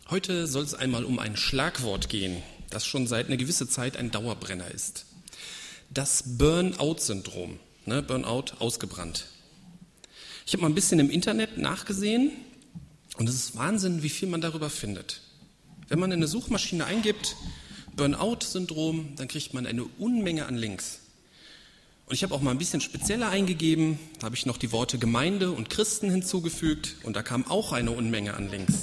Heute soll es einmal um ein Schlagwort gehen, das schon seit einer gewissen Zeit ein Dauerbrenner ist. Das Burnout-Syndrom. Burnout, ausgebrannt. Ich habe mal ein bisschen im Internet nachgesehen und es ist Wahnsinn, wie viel man darüber findet. Wenn man in eine Suchmaschine eingibt, Burnout-Syndrom, dann kriegt man eine Unmenge an Links. Und ich habe auch mal ein bisschen spezieller eingegeben, da habe ich noch die Worte Gemeinde und Christen hinzugefügt und da kam auch eine Unmenge an Links.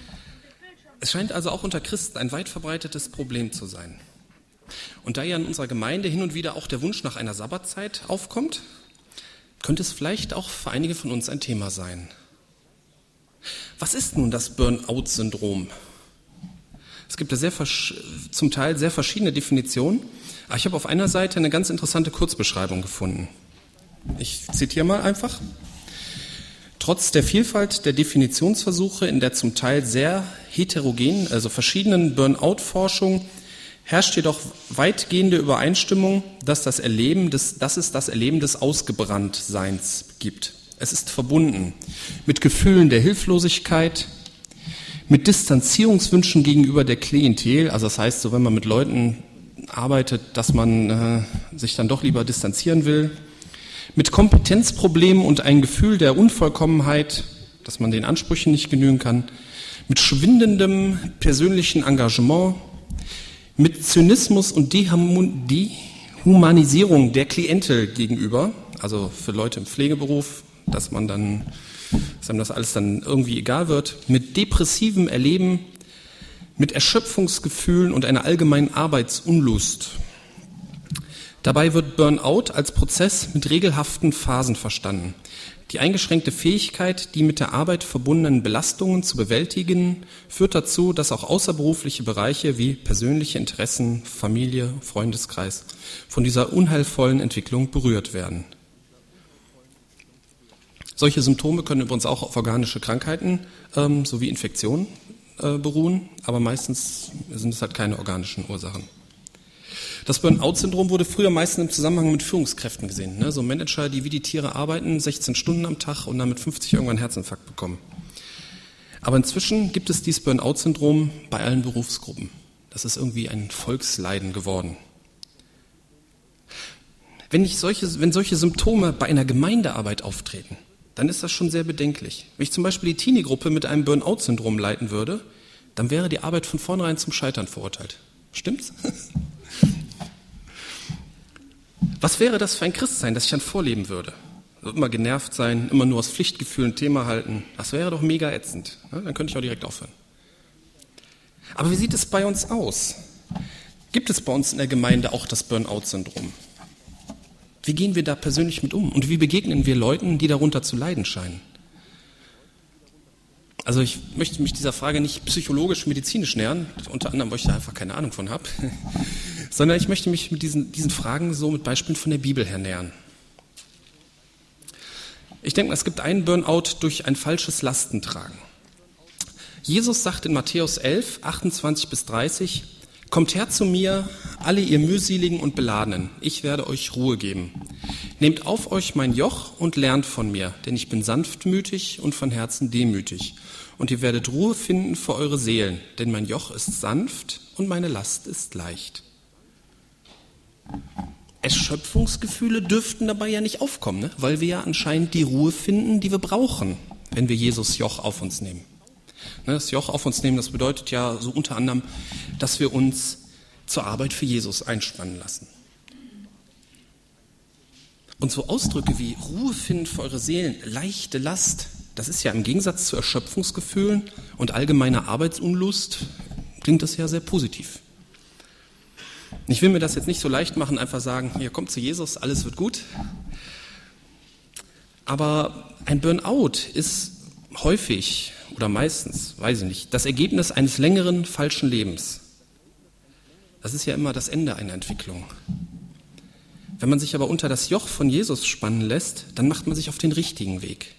Es scheint also auch unter Christen ein weit verbreitetes Problem zu sein. Und da ja in unserer Gemeinde hin und wieder auch der Wunsch nach einer Sabbatzeit aufkommt, könnte es vielleicht auch für einige von uns ein Thema sein. Was ist nun das Burnout-Syndrom? Es gibt da zum Teil sehr verschiedene Definitionen, aber ich habe auf einer Seite eine ganz interessante Kurzbeschreibung gefunden. Ich zitiere mal einfach. Trotz der Vielfalt der Definitionsversuche in der zum Teil sehr heterogenen, also verschiedenen Burnout-Forschung, herrscht jedoch weitgehende Übereinstimmung, dass es das Erleben des Ausgebranntseins gibt. Es ist verbunden mit Gefühlen der Hilflosigkeit, mit Distanzierungswünschen gegenüber der Klientel, also das heißt, so wenn man mit Leuten arbeitet, dass man sich dann doch lieber distanzieren will, mit Kompetenzproblemen und ein Gefühl der Unvollkommenheit, dass man den Ansprüchen nicht genügen kann, mit schwindendem persönlichen Engagement, mit Zynismus und Dehumanisierung der Klientel gegenüber, also für Leute im Pflegeberuf, dass einem das alles dann irgendwie egal wird, mit depressivem Erleben, mit Erschöpfungsgefühlen und einer allgemeinen Arbeitsunlust. Dabei wird Burnout als Prozess mit regelhaften Phasen verstanden. Die eingeschränkte Fähigkeit, die mit der Arbeit verbundenen Belastungen zu bewältigen, führt dazu, dass auch außerberufliche Bereiche wie persönliche Interessen, Familie, Freundeskreis von dieser unheilvollen Entwicklung berührt werden. Solche Symptome können übrigens auch auf organische Krankheiten sowie Infektionen beruhen, aber meistens sind es halt keine organischen Ursachen. Das Burnout-Syndrom wurde früher meistens im Zusammenhang mit Führungskräften gesehen. So Manager, die wie die Tiere arbeiten, 16 Stunden am Tag und dann mit 50 irgendwann einen Herzinfarkt bekommen. Aber inzwischen gibt es dieses Burnout-Syndrom bei allen Berufsgruppen. Das ist irgendwie ein Volksleiden geworden. Wenn solche Symptome bei einer Gemeindearbeit auftreten, dann ist das schon sehr bedenklich. Wenn ich zum Beispiel die Teenie-Gruppe mit einem Burnout-Syndrom leiten würde, dann wäre die Arbeit von vornherein zum Scheitern verurteilt. Stimmt's? Was wäre das für ein Christsein, das ich dann vorleben würde? Also immer genervt sein, immer nur aus Pflichtgefühl ein Thema halten. Das wäre doch mega ätzend. Dann könnte ich auch direkt aufhören. Aber wie sieht es bei uns aus? Gibt es bei uns in der Gemeinde auch das Burnout-Syndrom? Wie gehen wir da persönlich mit um? Und wie begegnen wir Leuten, die darunter zu leiden scheinen? Also ich möchte mich dieser Frage nicht psychologisch-medizinisch nähern, unter anderem, weil ich da einfach keine Ahnung von habe, sondern ich möchte mich mit diesen Fragen so mit Beispielen von der Bibel her nähern. Ich denke, es gibt einen Burnout durch ein falsches Lastentragen. Jesus sagt in Matthäus 11, 28 bis 30, Kommt her zu mir, alle ihr mühseligen und Beladenen, ich werde euch Ruhe geben. Nehmt auf euch mein Joch und lernt von mir, denn ich bin sanftmütig und von Herzen demütig. Und ihr werdet Ruhe finden für eure Seelen, denn mein Joch ist sanft und meine Last ist leicht. Erschöpfungsgefühle dürften dabei ja nicht aufkommen, weil wir ja anscheinend die Ruhe finden, die wir brauchen, wenn wir Jesus Joch auf uns nehmen. Das Joch auf uns nehmen, das bedeutet ja so unter anderem, dass wir uns zur Arbeit für Jesus einspannen lassen. Und so Ausdrücke wie Ruhe finden für eure Seelen, leichte Last, das ist ja im Gegensatz zu Erschöpfungsgefühlen und allgemeiner Arbeitsunlust, klingt das ja sehr positiv. Ich will mir das jetzt nicht so leicht machen, einfach sagen, hier kommt zu Jesus, alles wird gut. Aber ein Burnout ist häufig oder meistens, weiß ich nicht, das Ergebnis eines längeren falschen Lebens. Das ist ja immer das Ende einer Entwicklung. Wenn man sich aber unter das Joch von Jesus spannen lässt, dann macht man sich auf den richtigen Weg.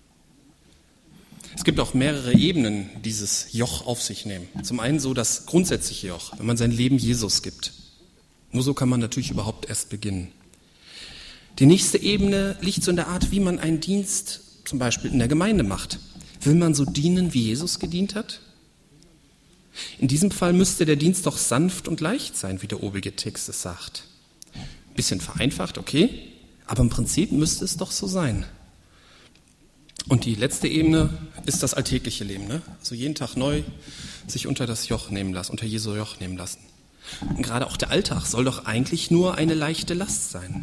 Es gibt auch mehrere Ebenen, dieses Joch auf sich nehmen. Zum einen so das grundsätzliche Joch, wenn man sein Leben Jesus gibt. Nur so kann man natürlich überhaupt erst beginnen. Die nächste Ebene liegt so in der Art, wie man einen Dienst zum Beispiel in der Gemeinde macht. Will man so dienen, wie Jesus gedient hat? In diesem Fall müsste der Dienst doch sanft und leicht sein, wie der obige Text es sagt. Ein bisschen vereinfacht, okay, aber im Prinzip müsste es doch so sein. Und die letzte Ebene ist das alltägliche Leben, ne? Also jeden Tag neu sich unter Jesu Joch nehmen lassen. Und gerade auch der Alltag soll doch eigentlich nur eine leichte Last sein.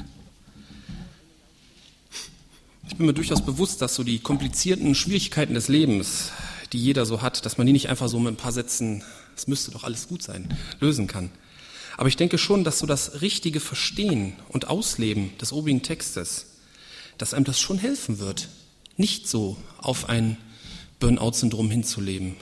Ich bin mir durchaus bewusst, dass so die komplizierten Schwierigkeiten des Lebens, die jeder so hat, dass man die nicht einfach so mit ein paar Sätzen, es müsste doch alles gut sein, lösen kann. Aber ich denke schon, dass so das richtige Verstehen und Ausleben des obigen Textes, dass einem das schon helfen wird, nicht so auf ein Burnout-Syndrom hinzuleben.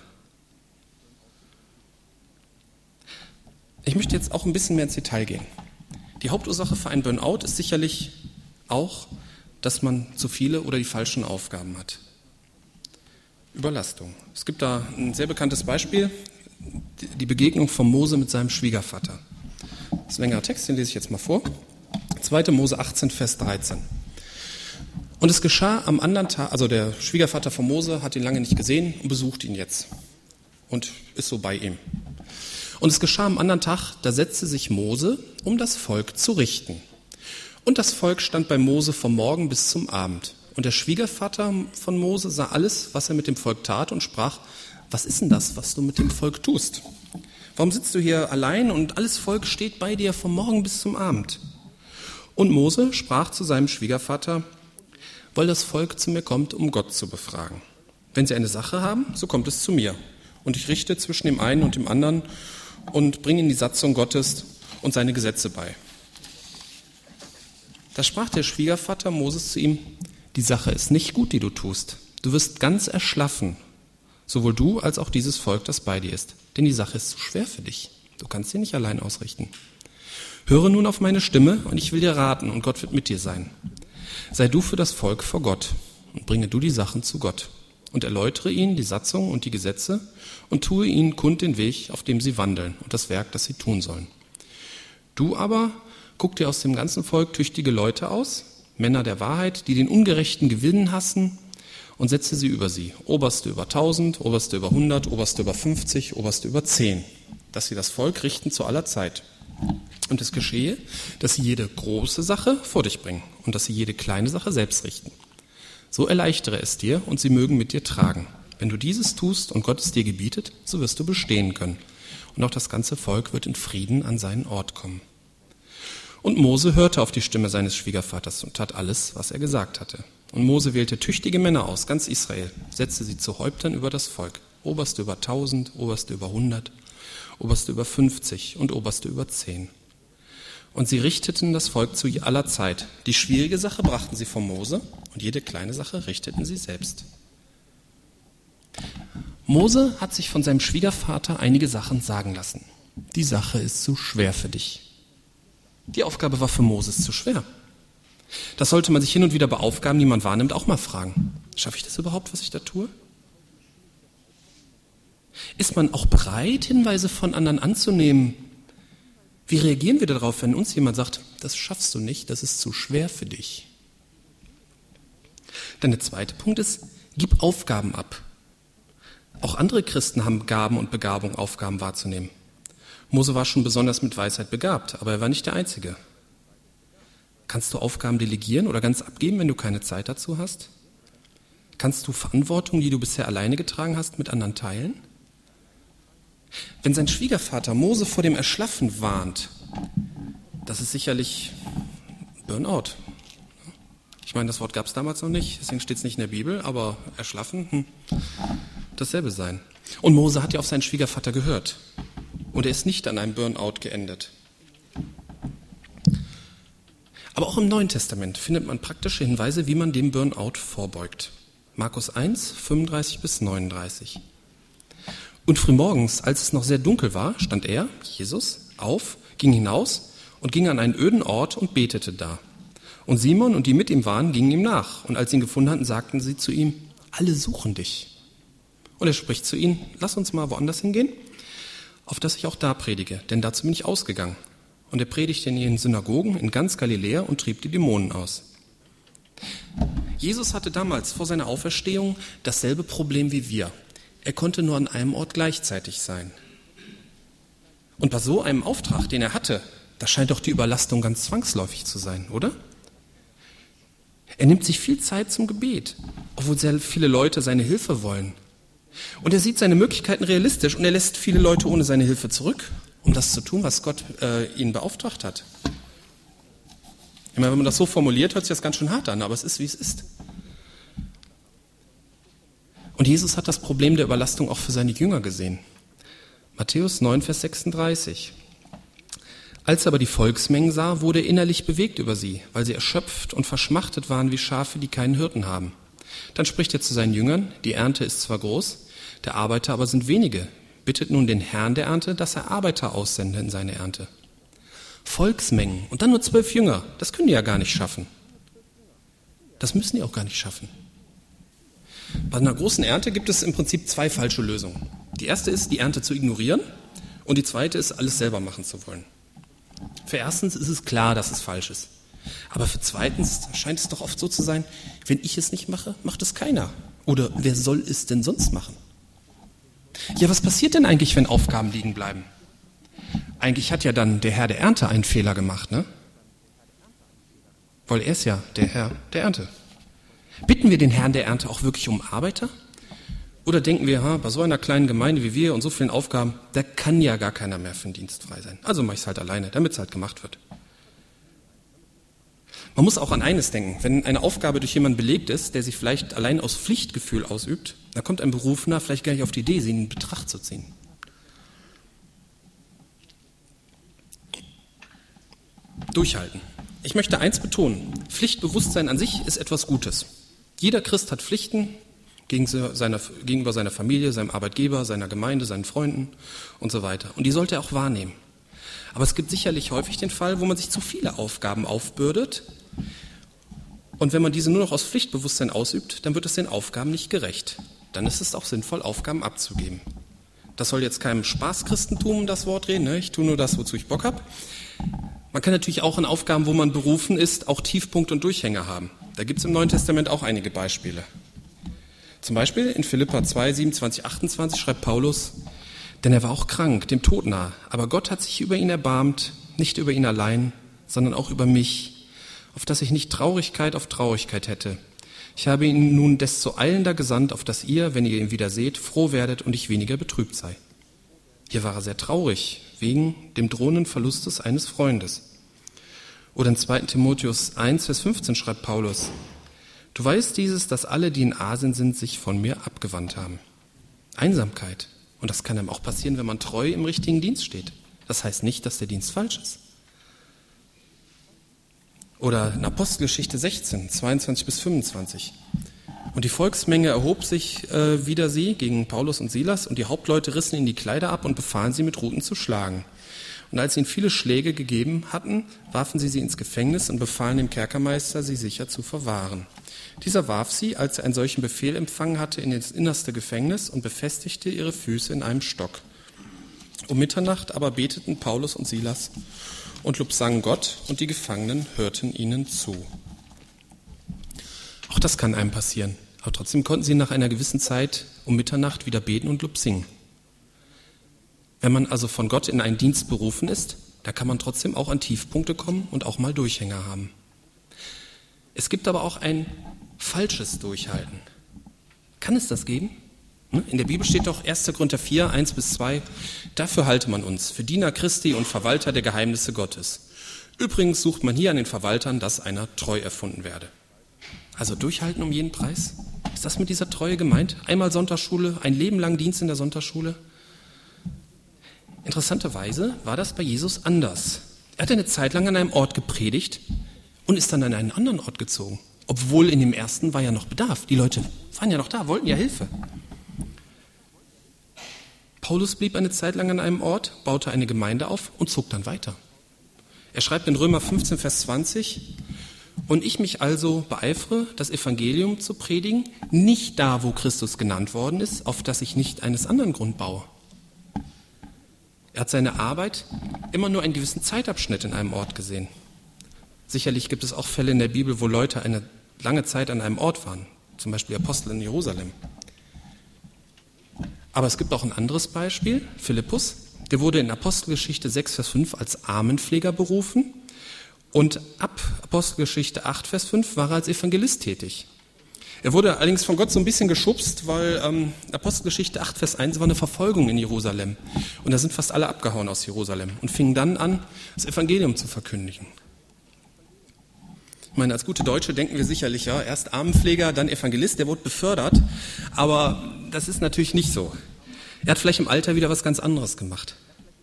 Ich möchte jetzt auch ein bisschen mehr ins Detail gehen. Die Hauptursache für einen Burnout ist sicherlich auch, dass man zu viele oder die falschen Aufgaben hat. Überlastung. Es gibt da ein sehr bekanntes Beispiel, die Begegnung von Mose mit seinem Schwiegervater. Das ist ein längerer Text, den lese ich jetzt mal vor. 2. Mose 18, Vers 13. Und es geschah am anderen Tag, also der Schwiegervater von Mose hat ihn lange nicht gesehen und besucht ihn jetzt und ist so bei ihm. Und es geschah am anderen Tag, da setzte sich Mose, um das Volk zu richten. Und das Volk stand bei Mose vom Morgen bis zum Abend. Und der Schwiegervater von Mose sah alles, was er mit dem Volk tat und sprach, was ist denn das, was du mit dem Volk tust? Warum sitzt du hier allein und alles Volk steht bei dir vom Morgen bis zum Abend? Und Mose sprach zu seinem Schwiegervater, weil das Volk zu mir kommt, um Gott zu befragen. Wenn sie eine Sache haben, so kommt es zu mir. Und ich richte zwischen dem einen und dem anderen und bringe ihnen die Satzung Gottes und seine Gesetze bei. Da sprach der Schwiegervater Moses zu ihm, die Sache ist nicht gut, die du tust. Du wirst ganz erschlaffen, sowohl du als auch dieses Volk, das bei dir ist. Denn die Sache ist zu schwer für dich. Du kannst sie nicht allein ausrichten. Höre nun auf meine Stimme und ich will dir raten und Gott wird mit dir sein. Sei du für das Volk vor Gott und bringe du die Sachen zu Gott und erläutere ihnen die Satzung und die Gesetze und tue ihnen kund den Weg, auf dem sie wandeln und das Werk, das sie tun sollen. Du aber guck dir aus dem ganzen Volk tüchtige Leute aus, Männer der Wahrheit, die den ungerechten Gewinn hassen und setze sie über sie. Oberste über 1000, Oberste über 100, Oberste über 50, Oberste über 10, dass sie das Volk richten zu aller Zeit. Und es geschehe, dass sie jede große Sache vor dich bringen und dass sie jede kleine Sache selbst richten. So erleichtere es dir und sie mögen mit dir tragen. Wenn du dieses tust und Gott es dir gebietet, so wirst du bestehen können. Und auch das ganze Volk wird in Frieden an seinen Ort kommen. Und Mose hörte auf die Stimme seines Schwiegervaters und tat alles, was er gesagt hatte. Und Mose wählte tüchtige Männer aus, ganz Israel, setzte sie zu Häuptern über das Volk. Oberste über 1000, Oberste über 100, Oberste über 50 und Oberste über 10. Und sie richteten das Volk zu aller Zeit. Die schwierige Sache brachten sie von Mose und jede kleine Sache richteten sie selbst. Mose hat sich von seinem Schwiegervater einige Sachen sagen lassen. Die Sache ist zu schwer für dich. Die Aufgabe war für Moses zu schwer. Das sollte man sich hin und wieder bei Aufgaben, die man wahrnimmt, auch mal fragen. Schaffe ich das überhaupt, was ich da tue? Ist man auch bereit, Hinweise von anderen anzunehmen? Wie reagieren wir darauf, wenn uns jemand sagt, das schaffst du nicht, das ist zu schwer für dich? Dann der zweite Punkt ist, gib Aufgaben ab. Auch andere Christen haben Gaben und Begabung, Aufgaben wahrzunehmen. Mose war schon besonders mit Weisheit begabt, aber er war nicht der Einzige. Kannst du Aufgaben delegieren oder ganz abgeben, wenn du keine Zeit dazu hast? Kannst du Verantwortung, die du bisher alleine getragen hast, mit anderen teilen? Wenn sein Schwiegervater Mose vor dem Erschlaffen warnt, das ist sicherlich Burnout. Ich meine, das Wort gab es damals noch nicht, deswegen steht es nicht in der Bibel, aber Erschlaffen, dasselbe sein. Und Mose hat ja auf seinen Schwiegervater gehört. Und er ist nicht an einem Burnout geendet. Aber auch im Neuen Testament findet man praktische Hinweise, wie man dem Burnout vorbeugt. Markus 1, 35 bis 39. Und frühmorgens, als es noch sehr dunkel war, stand er, Jesus, auf, ging hinaus und ging an einen öden Ort und betete da. Und Simon und die mit ihm waren, gingen ihm nach. Und als sie ihn gefunden hatten, sagten sie zu ihm, alle suchen dich. Und er spricht zu ihnen, lass uns mal woanders hingehen, auf dass ich auch da predige, denn dazu bin ich ausgegangen. Und er predigte in ihren Synagogen in ganz Galiläa und trieb die Dämonen aus. Jesus hatte damals vor seiner Auferstehung dasselbe Problem wie wir. Er konnte nur an einem Ort gleichzeitig sein. Und bei so einem Auftrag, den er hatte, da scheint doch die Überlastung ganz zwangsläufig zu sein, oder? Er nimmt sich viel Zeit zum Gebet, obwohl sehr viele Leute seine Hilfe wollen. Und er sieht seine Möglichkeiten realistisch und er lässt viele Leute ohne seine Hilfe zurück, um das zu tun, was Gott ihn beauftragt hat. Ich meine, wenn man das so formuliert, hört sich das ganz schön hart an, aber es ist, wie es ist. Und Jesus hat das Problem der Überlastung auch für seine Jünger gesehen. Matthäus 9, Vers 36. Als er aber die Volksmengen sah, wurde er innerlich bewegt über sie, weil sie erschöpft und verschmachtet waren wie Schafe, die keinen Hirten haben. Dann spricht er zu seinen Jüngern, die Ernte ist zwar groß, der Arbeiter aber sind wenige. Bittet nun den Herrn der Ernte, dass er Arbeiter aussende in seine Ernte. Volksmengen und dann nur 12 Jünger, das können die ja gar nicht schaffen. Das müssen die auch gar nicht schaffen. Bei einer großen Ernte gibt es im Prinzip 2 falsche Lösungen. Die erste ist, die Ernte zu ignorieren und die zweite ist, alles selber machen zu wollen. Für erstens ist es klar, dass es falsch ist. Aber für zweitens scheint es doch oft so zu sein, wenn ich es nicht mache, macht es keiner. Oder wer soll es denn sonst machen? Ja, was passiert denn eigentlich, wenn Aufgaben liegen bleiben? Eigentlich hat ja dann der Herr der Ernte einen Fehler gemacht, ne? Weil er ist ja der Herr der Ernte. Bitten wir den Herrn der Ernte auch wirklich um Arbeiter? Oder denken wir, bei so einer kleinen Gemeinde wie wir und so vielen Aufgaben, da kann ja gar keiner mehr für den Dienst frei sein. Also mache ich es halt alleine, damit es halt gemacht wird. Man muss auch an eines denken, wenn eine Aufgabe durch jemanden belegt ist, der sich vielleicht allein aus Pflichtgefühl ausübt, da kommt ein Berufener vielleicht gar nicht auf die Idee, sie in Betracht zu ziehen. Durchhalten. Ich möchte eins betonen, Pflichtbewusstsein an sich ist etwas Gutes. Jeder Christ hat Pflichten gegenüber seiner Familie, seinem Arbeitgeber, seiner Gemeinde, seinen Freunden und so weiter. Und die sollte er auch wahrnehmen. Aber es gibt sicherlich häufig den Fall, wo man sich zu viele Aufgaben aufbürdet. Und wenn man diese nur noch aus Pflichtbewusstsein ausübt, dann wird es den Aufgaben nicht gerecht. Dann ist es auch sinnvoll, Aufgaben abzugeben. Das soll jetzt keinem Spaßchristentum das Wort reden, ne? Ich tue nur das, wozu ich Bock habe. Man kann natürlich auch in Aufgaben, wo man berufen ist, auch Tiefpunkte und Durchhänge haben. Da gibt es im Neuen Testament auch einige Beispiele. Zum Beispiel in Philipper 2, 27, 28 schreibt Paulus, denn er war auch krank, dem Tod nah, aber Gott hat sich über ihn erbarmt, nicht über ihn allein, sondern auch über mich, auf dass ich nicht Traurigkeit auf Traurigkeit hätte. Ich habe ihn nun desto eilender gesandt, auf dass ihr, wenn ihr ihn wieder seht, froh werdet und ich weniger betrübt sei. Hier war er sehr traurig, wegen dem drohenden Verlustes eines Freundes. Oder in 2. Timotheus 1, Vers 15 schreibt Paulus, du weißt dieses, dass alle, die in Asien sind, sich von mir abgewandt haben. Einsamkeit. Und das kann einem auch passieren, wenn man treu im richtigen Dienst steht. Das heißt nicht, dass der Dienst falsch ist. Oder in Apostelgeschichte 16, 22 bis 25. Und die Volksmenge erhob sich wider sie gegen Paulus und Silas und die Hauptleute rissen ihnen die Kleider ab und befahlen sie mit Ruten zu schlagen. Und als sie ihnen viele Schläge gegeben hatten, warfen sie ins Gefängnis und befahlen dem Kerkermeister, sie sicher zu verwahren. Dieser warf sie, als er einen solchen Befehl empfangen hatte, in das innerste Gefängnis und befestigte ihre Füße in einem Stock. Um Mitternacht aber beteten Paulus und Silas und lobsangen Gott und die Gefangenen hörten ihnen zu. Auch das kann einem passieren, aber trotzdem konnten sie nach einer gewissen Zeit um Mitternacht wieder beten und lobsingen. Wenn man also von Gott in einen Dienst berufen ist, da kann man trotzdem auch an Tiefpunkte kommen und auch mal Durchhänger haben. Es gibt aber auch ein falsches Durchhalten. Kann es das geben? In der Bibel steht doch 1. Korinther 4, 1 bis 2, dafür halte man uns, für Diener Christi und Verwalter der Geheimnisse Gottes. Übrigens sucht man hier an den Verwaltern, dass einer treu erfunden werde. Also durchhalten um jeden Preis? Ist das mit dieser Treue gemeint? Einmal Sonntagsschule, ein Leben lang Dienst in der Sonntagsschule? Interessanterweise war das bei Jesus anders. Er hat eine Zeit lang an einem Ort gepredigt und ist dann an einen anderen Ort gezogen. Obwohl in dem ersten war ja noch Bedarf. Die Leute waren ja noch da, wollten ja Hilfe. Paulus blieb eine Zeit lang an einem Ort, baute eine Gemeinde auf und zog dann weiter. Er schreibt in Römer 15, Vers 20, und ich mich also beeifere, das Evangelium zu predigen, nicht da, wo Christus genannt worden ist, auf das ich nicht eines anderen Grund baue. Er hat seine Arbeit immer nur einen gewissen Zeitabschnitt in einem Ort gesehen. Sicherlich gibt es auch Fälle in der Bibel, wo Leute eine lange Zeit an einem Ort waren, zum Beispiel Apostel in Jerusalem. Aber es gibt auch ein anderes Beispiel, Philippus, Er wurde in Apostelgeschichte 6, Vers 5 als Armenpfleger berufen und ab Apostelgeschichte 8, Vers 5 war er als Evangelist tätig. Er wurde allerdings von Gott so ein bisschen geschubst, weil Apostelgeschichte 8, Vers 1 war eine Verfolgung in Jerusalem. Und da sind fast alle abgehauen aus Jerusalem und fingen dann an, das Evangelium zu verkündigen. Ich meine, als gute Deutsche denken wir sicherlich, ja, erst Armenpfleger, dann Evangelist, der wurde befördert. Aber das ist natürlich nicht so. Er hat vielleicht im Alter wieder was ganz anderes gemacht.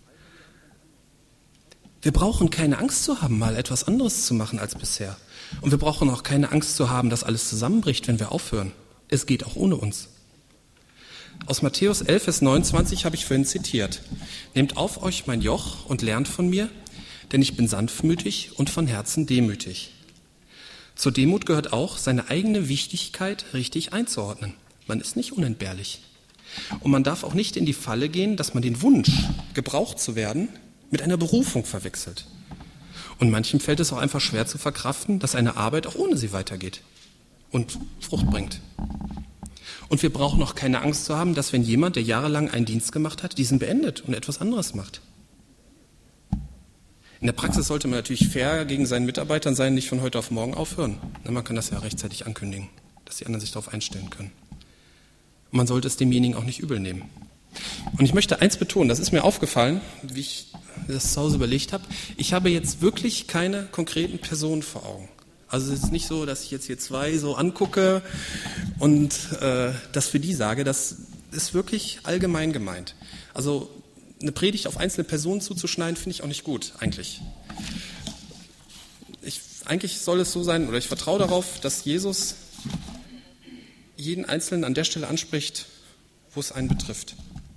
Wir brauchen keine Angst zu haben, mal etwas anderes zu machen als bisher. Und wir brauchen auch keine Angst zu haben, dass alles zusammenbricht, wenn wir aufhören. Es geht auch ohne uns. Aus Matthäus 11, Vers 29 habe ich vorhin zitiert. Nehmt auf euch mein Joch und lernt von mir, denn ich bin sanftmütig und von Herzen demütig. Zur Demut gehört auch, seine eigene Wichtigkeit richtig einzuordnen. Man ist nicht unentbehrlich. Und man darf auch nicht in die Falle gehen, dass man den Wunsch, gebraucht zu werden, mit einer Berufung verwechselt. Und manchem fällt es auch einfach schwer zu verkraften, dass eine Arbeit auch ohne sie weitergeht und Frucht bringt. Und wir brauchen auch keine Angst zu haben, dass wenn jemand, der jahrelang einen Dienst gemacht hat, diesen beendet und etwas anderes macht. In der Praxis sollte man natürlich fair gegen seinen Mitarbeitern sein, nicht von heute auf morgen aufhören. Man kann das ja rechtzeitig ankündigen, dass die anderen sich darauf einstellen können. Und man sollte es demjenigen auch nicht übel nehmen. Und ich möchte eins betonen, das ist mir aufgefallen, wie ich das zu Hause überlegt habe. Ich habe jetzt wirklich keine konkreten Personen vor Augen. Also es ist nicht so, dass ich jetzt hier zwei so angucke und das für die sage. Das ist wirklich allgemein gemeint. Also eine Predigt auf einzelne Personen zuzuschneiden, finde ich auch nicht gut, eigentlich. Eigentlich soll es so sein, oder ich vertraue darauf, dass Jesus jeden Einzelnen an der Stelle anspricht, wo es einen betrifft.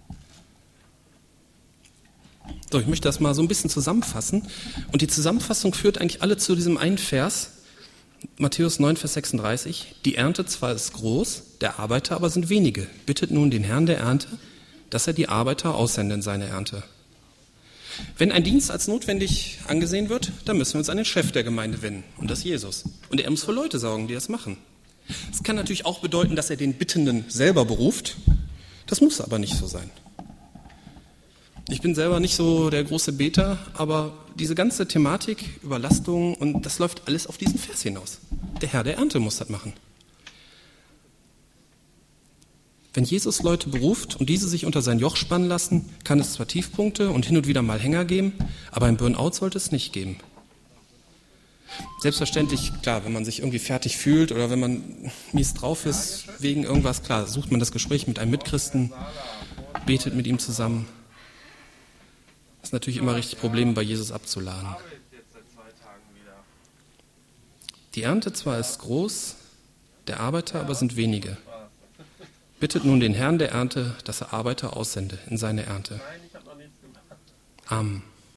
So, ich möchte das mal so ein bisschen zusammenfassen. Und die Zusammenfassung führt eigentlich alle zu diesem einen Vers, Matthäus 9, Vers 36. Die Ernte zwar ist groß, der Arbeiter aber sind wenige. Bittet nun den Herrn der Ernte, dass er die Arbeiter aussende in seine Ernte. Wenn ein Dienst als notwendig angesehen wird, dann müssen wir uns an den Chef der Gemeinde wenden. Und das ist Jesus. Und er muss für Leute sorgen, die das machen. Das kann natürlich auch bedeuten, dass er den Bittenden selber beruft. Das muss aber nicht so sein. Ich bin selber nicht so der große Beter, aber diese ganze Thematik, Überlastung, und das läuft alles auf diesen Vers hinaus. Der Herr der Ernte muss das machen. Wenn Jesus Leute beruft und diese sich unter sein Joch spannen lassen, kann es zwar Tiefpunkte und hin und wieder mal Hänger geben, aber ein Burnout sollte es nicht geben. Selbstverständlich, klar, wenn man sich irgendwie fertig fühlt oder wenn man mies drauf ist wegen irgendwas, klar, sucht man das Gespräch mit einem Mitchristen, betet mit ihm zusammen. Das ist natürlich immer richtig, Probleme bei Jesus abzuladen. Die Ernte zwar ist groß, der Arbeiter aber sind wenige. Bittet nun den Herrn der Ernte, dass er Arbeiter aussende in seine Ernte. Amen.